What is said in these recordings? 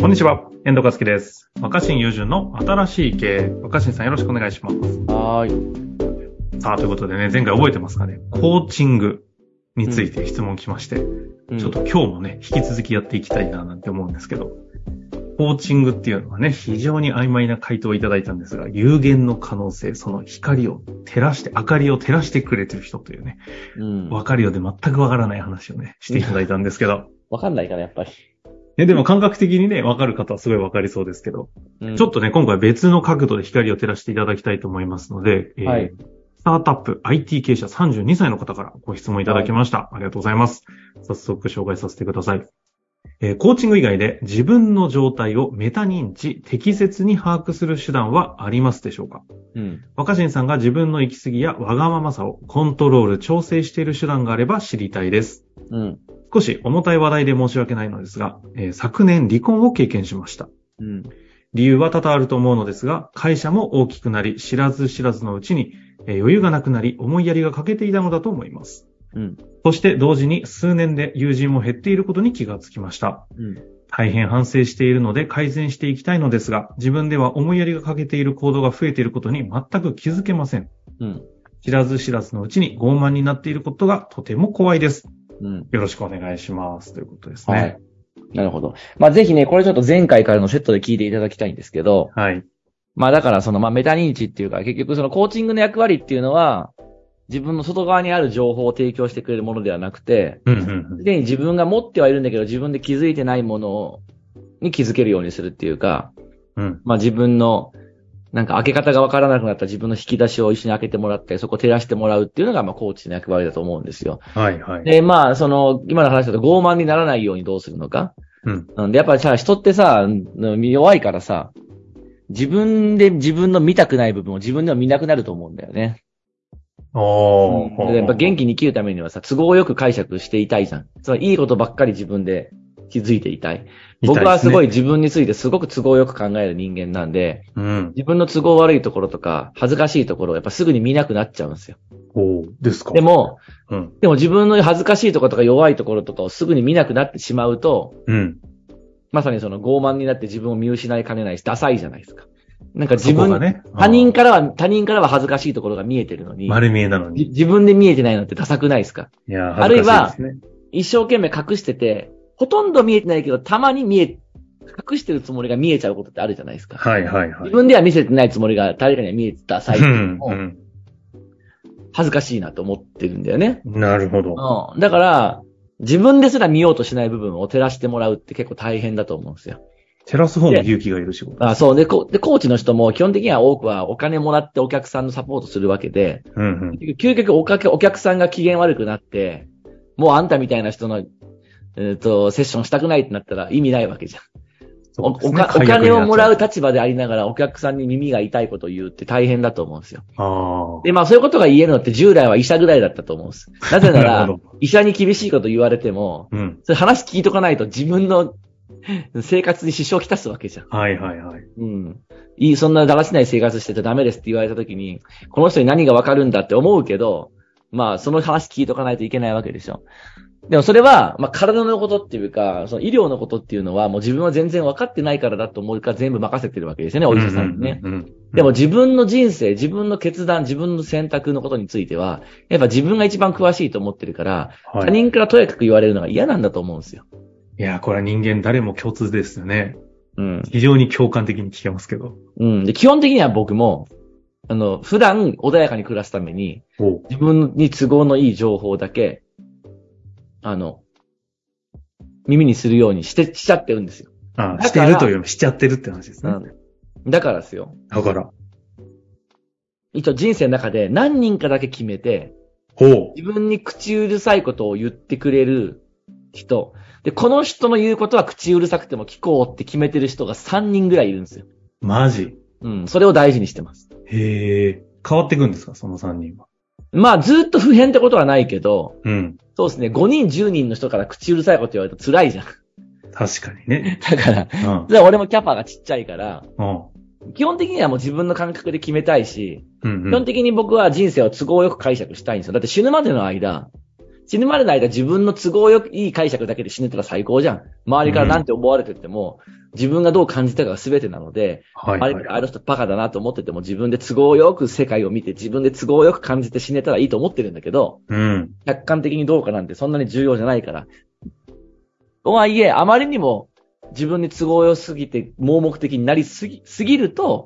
こんにちは、遠藤和樹です。若新雄純の新しい経営。若新さんよろしくお願いします。 はーい。 さあ、ということでね、前回覚えてますかね、コーチングについて質問来まして、ちょっと今日もね、引き続きやっていきたいななんて思うんですけど、コーチングっていうのはね、非常に曖昧な回答をいただいたんですが、有限の可能性、その光を照らして、明かりを照らしてくれてる人というね、わかるようで全くわからない話をね、していただいたんですけど。 わかんないかな、やっぱり。 でも感覚的にね、わかる方はすごいわかりそうですけど、ちょっとね、今回別の角度で光を照らしていただきたいと思いますので、 はい、 スタートアップ IT 経営者32歳の方からご質問いただきました。はい、ありがとうございます。早速紹介させてください。コーチング以外で自分の状態をメタ認知、適切に把握する手段はありますでしょうか？若新さんが自分の行き過ぎやわがままさをコントロール、調整している手段があれば知りたいです。少し重たい話題で申し訳ないのですが、昨年離婚を経験しました。理由は多々あると思うのですが、会社も大きくなり、知らず知らずのうちに、余裕がなくなり、思いやりが欠けていたのだと思います。そして同時に数年で友人も減っていることに気がつきました。大変反省しているので改善していきたいのですが、自分では思いやりが欠けている行動が増えていることに全く気づけません。知らず知らずのうちに傲慢になっていることがとても怖いです。よろしくお願いします。ということですね。はい。 なるほど。ぜひね、これちょっと前回からのセットで聞いていただきたいんですけど、 はい。 だからメタ認知っていうか、結局そのコーチングの役割っていうのは、自分の外側にある情報を提供してくれるものではなくて、すでに自分が持ってはいるんだけど、自分で気づいてないものに気づけるようにするっていうか、自分の、開け方がわからなくなった自分の引き出しを一緒に開けてもらって、そこを照らしてもらうっていうのが、コーチの役割だと思うんですよ。 はいはい。 で、今の話だと傲慢にならないようにどうするのか。で、やっぱりさ、人ってさ、弱いからさ、自分で自分の見たくない部分を自分では見なくなると思うんだよね。でやっぱ元気に生きるためにはさ、都合よく解釈していたいじゃん。つまりいいことばっかり自分で気づいていたい。僕はすごい自分についてすごく都合よく考える人間なんで、自分の都合悪いところとか、恥ずかしいところをやっぱすぐに見なくなっちゃうんですよ。 ですか。 でも自分の恥ずかしいところとか弱いところとかをすぐに見なくなってしまうと、まさにその傲慢になって自分を見失いかねないし、ダサいじゃないですか。自分、他人からは恥ずかしいところが見えてるのに、 丸見えなのに。 自分で見えてないのってダサくないですか？ いや、恥ずかしいですね。 あるいは、一生懸命隠してて、ほとんど見えてないけど、たまに隠してるつもりが見えちゃうことってあるじゃないですか。 はいはいはい。 自分では見せてないつもりが誰かには見えてた際も、恥ずかしいなと思ってるんだよね。 なるほど。 だから、自分ですら見ようとしない部分を照らしてもらうって結構大変だと思うんですよ。 照らす方も勇気がいる仕事。 そう。で、コーチの人も基本的には多くはお金もらってお客さんのサポートするわけで、究極お客さんが機嫌悪くなって、もうあんたみたいな人の、セッションしたくないってなったら意味ないわけじゃん。お金をもらう立場でありながらお客さんに耳が痛いことを言うって大変だと思うんですよ。で、そういうことが言えるのって従来は医者ぐらいだったと思うんです。なぜなら、医者に厳しいこと言われても、それ話聞いとかないと自分の生活に支障をきたすわけじゃん。 はいはいはい。 そんなだらしない生活しててダメですって言われたときに、この人に何がわかるんだって思うけど、その話聞いとかないといけないわけでしょ。でもそれは、体のことっていうか、その医療のことっていうのはもう自分は全然分かってないからだと思うから全部任せてるわけですよね、お医者さんにね。でも自分の人生、自分の決断、自分の選択のことについては、やっぱ自分が一番詳しいと思ってるから、他人からとやかく言われるのが嫌なんだと思うんですよ。 いや、これは人間誰も共通ですよね。非常に共感的に聞けますけど。 で、基本的には僕も、普段穏やかに暮らすために、自分に都合のいい情報だけ、耳にするようにしちゃってるんですよ。 してるというよりもしちゃってるって話ですね。 だからですよ。 だから。 一応人生の中で何人かだけ決めて、自分に口うるさいことを言ってくれる人。で、この人の言うことは口うるさくても聞こうって決めてる人が3人ぐらいいるんですよ。 マジ？ それを大事にしてます。 へえ。変わっていくんですか、その3人は。 ずっと普遍ってことはないけど、そうですね、5人、10人の人から口うるさいこと言われると辛いじゃん。 確かにね。 だから、俺もキャパがちっちゃいから、基本的にはもう自分の感覚で決めたいし、基本的に僕は人生を都合よく解釈したいんですよ。だって死ぬまでの間、 死ぬまでの間自分の都合よくいい解釈だけで死ねたら最高じゃん。周りからなんて思われてても、自分がどう感じたかが全てなので、周りからあの人バカだなと思ってても自分で都合よく世界を見て自分で都合よく感じて死ねたらいいと思ってるんだけど、客観的にどうかなんてそんなに重要じゃないから。とはいえ、あまりにも自分に都合良すぎて盲目的になりすぎると、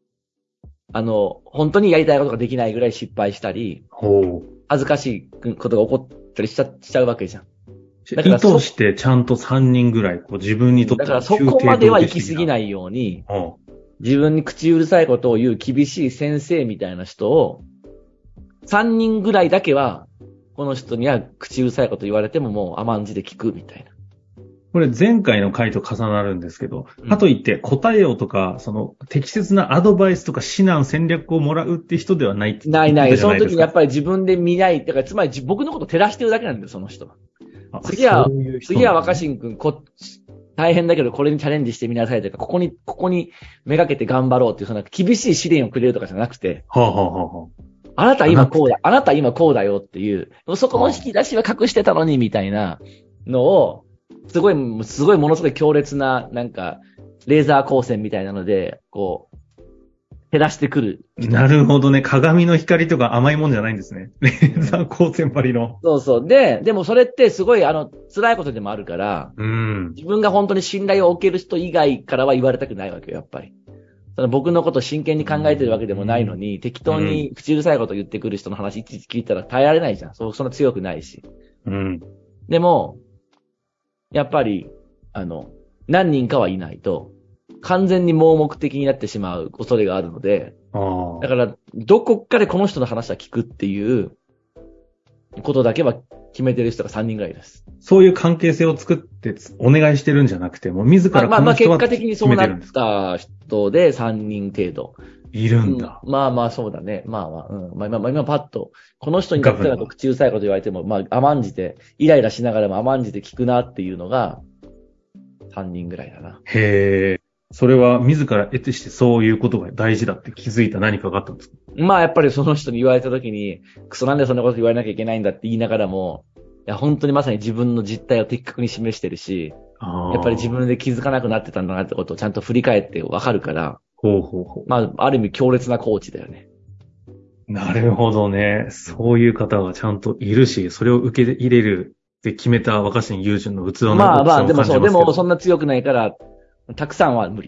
本当にやりたいことができないぐらい失敗したり、恥ずかしいことが起こったりしちゃうわけじゃん。 だから意図してちゃんと3人ぐらい自分にとってだからそこまでは行き過ぎないように、自分に口うるさいことを言う厳しい先生みたいな人を、3人ぐらいだけは、この人には口うるさいこと言われてももう甘んじで聞くみたいな。 これ前回の回と重なるんですけど、かといって答えをとか、適切なアドバイスとか指南戦略をもらうって人ではないってない。その時にやっぱり自分で見ない。だからつまり僕のこと照らしてるだけなんだよ、その人は。次は若新くん、大変だけどこれにチャレンジしてみなさいとか、ここにめがけて頑張ろうっていう、そんな厳しい試練をくれるとかじゃなくて、あなた今こうだ、あなた今こうだよっていう、そこの引き出しは隠してたのにみたいなのを、すごいものすごい強烈な、なんか、レーザー光線みたいなので、照らしてくる。 なるほどね。鏡の光とか甘いもんじゃないんですね。レーザー光線張りの。 そう。でもそれってすごい辛いことでもあるから、自分が本当に信頼を置ける人以外からは言われたくないわけよ、やっぱり。僕のことを真剣に考えてるわけでもないのに、適当に口うるさいこと言ってくる人の話いちいち聞いたら耐えられないじゃん。そんな強くないし。でも、やっぱり、何人かはいないと、完全に盲目的になってしまう恐れがあるので、だから、どこかでこの人の話は聞くっていうことだけは決めてる人が3人ぐらいです。 そういう関係性を作ってお願いしてるんじゃなくて、もう自らこの人は結果的にそうなった人で3人程度。 いるんだ。 そうだね。今パッと、この人にだったら口うるさいこと言われても、甘んじて、イライラしながらも甘んじて聞くなっていうのが、3人ぐらいだな。 へー。それは自ら得てしてそういうことが大事だって気づいた何かがあったんですか？ やっぱりその人に言われたときに、クソなんでそんなこと言われなきゃいけないんだって言いながらも、いや、本当にまさに自分の実態を的確に示してるし、やっぱり自分で気づかなくなってたんだなってことをちゃんと振り返ってわかるから、ある意味強烈なコーチだよね。 なるほどね。そういう方がちゃんといるし、それを受け入れるって決めた若新雄純の器のでもそんな強くないから、たくさんは無理。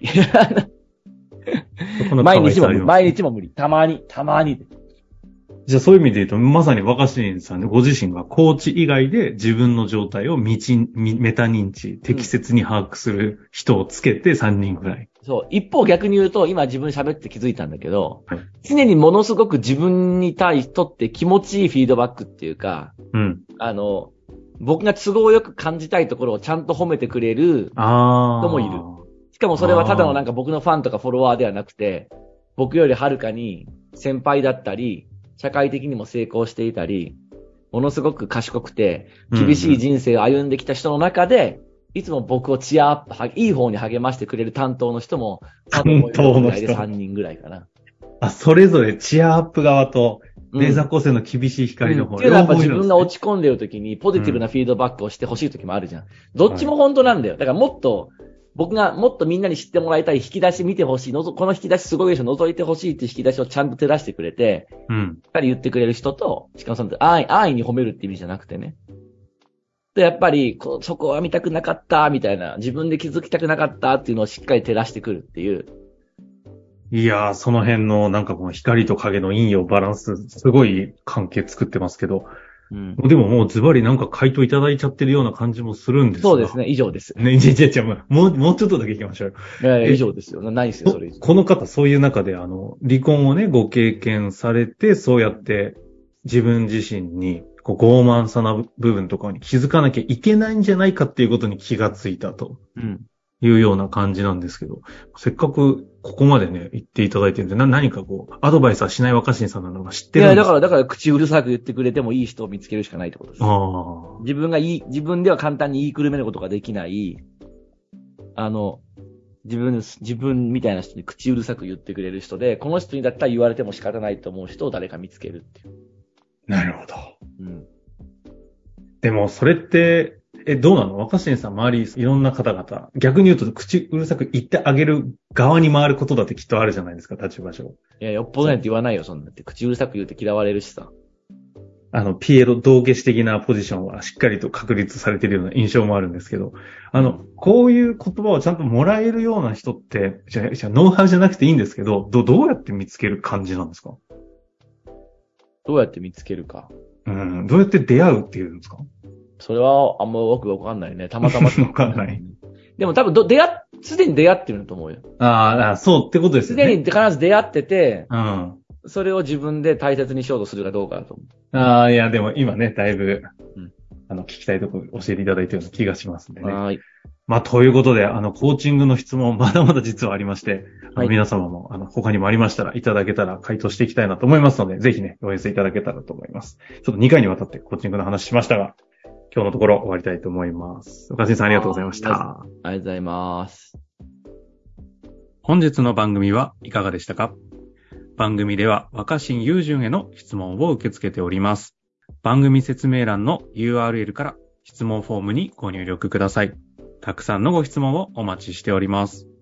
毎日も無理。たまに。 じゃあそういう意味で言うと、まさに若新さんね、ご自身がコーチ以外で自分の状態をメタ認知、適切に把握する人をつけて3人ぐらい。 そう。一方逆に言うと、今自分喋って気づいたんだけど、常にものすごく自分にとって気持ちいいフィードバックっていうか、僕が都合よく感じたいところをちゃんと褒めてくれる人もいる。しかもそれはただのなんか僕のファンとかフォロワーではなくて、僕よりはるかに先輩だったり、社会的にも成功していたり、ものすごく賢くて、厳しい人生を歩んできた人の中で、いつも僕をチアアップ、いい方に励ましてくれる担当の人も、担当の人で3人ぐらいかな。 それぞれチアアップ側と、レーザー光線の厳しい光の方、 っていうのはやっぱ自分が落ち込んでる時にポジティブなフィードバックをしてほしい時もあるじゃん。どっちも本当なんだよ。だから僕がもっとみんなに知ってもらいたい引き出し見てほしい。この引き出しすごいでしょ。覗いてほしいっていう引き出しをちゃんと照らしてくれて、しっかり言ってくれる人と、しかもその安易に褒めるって意味じゃなくてね。で、やっぱり、そこは見たくなかった、みたいな、自分で気づきたくなかったっていうのをしっかり照らしてくるっていう。 いやー、その辺のなんかこの光と影の陰陽バランス、すごい関係作ってますけど、でももうズバリなんか回答いただいちゃってるような感じもするんですが。 そうですね、以上です。 ね、もうちょっとだけ行きましょうよ。 いや以上ですよ。ないですよ、それ以上。 この方、そういう中で離婚をね、ご経験されて、そうやって自分自身に傲慢さな部分とかに気づかなきゃいけないんじゃないかっていうことに気がついたと。いうような感じなんですけど、せっかくここまでね、言っていただいてるんで、何かアドバイスはしない若新さんなのが知ってるんですか？ いや、だから口うるさく言ってくれてもいい人を見つけるしかないってことです。自分では簡単に言いくるめることができない、自分みたいな人に口うるさく言ってくれる人で、この人にだったら言われても仕方ないと思う人を誰か見つけるっていう。 なるほど。 でも、それって、どうなの？若新さん、周り、いろんな方々。逆に言うと、口うるさく言ってあげる側に回ることだってきっとあるじゃないですか、立場上。 いや、よっぽどねって言わないよ、そんなって。口うるさく言うて嫌われるしさ。 ピエロ道化師的なポジションはしっかりと確立されているような印象もあるんですけど、こういう言葉をちゃんともらえるような人って、じゃあノウハウじゃなくていいんですけど、どうやって見つける感じなんですか？ どうやって見つけるか。 どうやって出会うっていうんですか？ それはあんま僕わかんないね。たまたま。 わかんない。 でも多分すでに出会ってるんだと思うよ。 そうってことですよね。 すでに必ず出会ってて、 うん。 それを自分で大切にしようとするかどうかだと思う。 いや、でも今ね、だいぶ、聞きたいところ教えていただいたような気がしますんでね。 はい。 まあ、ということで、コーチングの質問、まだまだ実はありまして、皆様も、他にもありましたら、いただけたら回答していきたいなと思いますので、ぜひね、お寄せいただけたらと思います。ちょっと2回にわたってコーチングの話しましたが、今日のところ終わりたいと思います。岡新さんありがとうございました。 ありがとうございます。 本日の番組はいかがでしたか？番組では若新雄純への質問を受け付けております。番組説明欄の URL から質問フォームにご入力ください。たくさんのご質問をお待ちしております。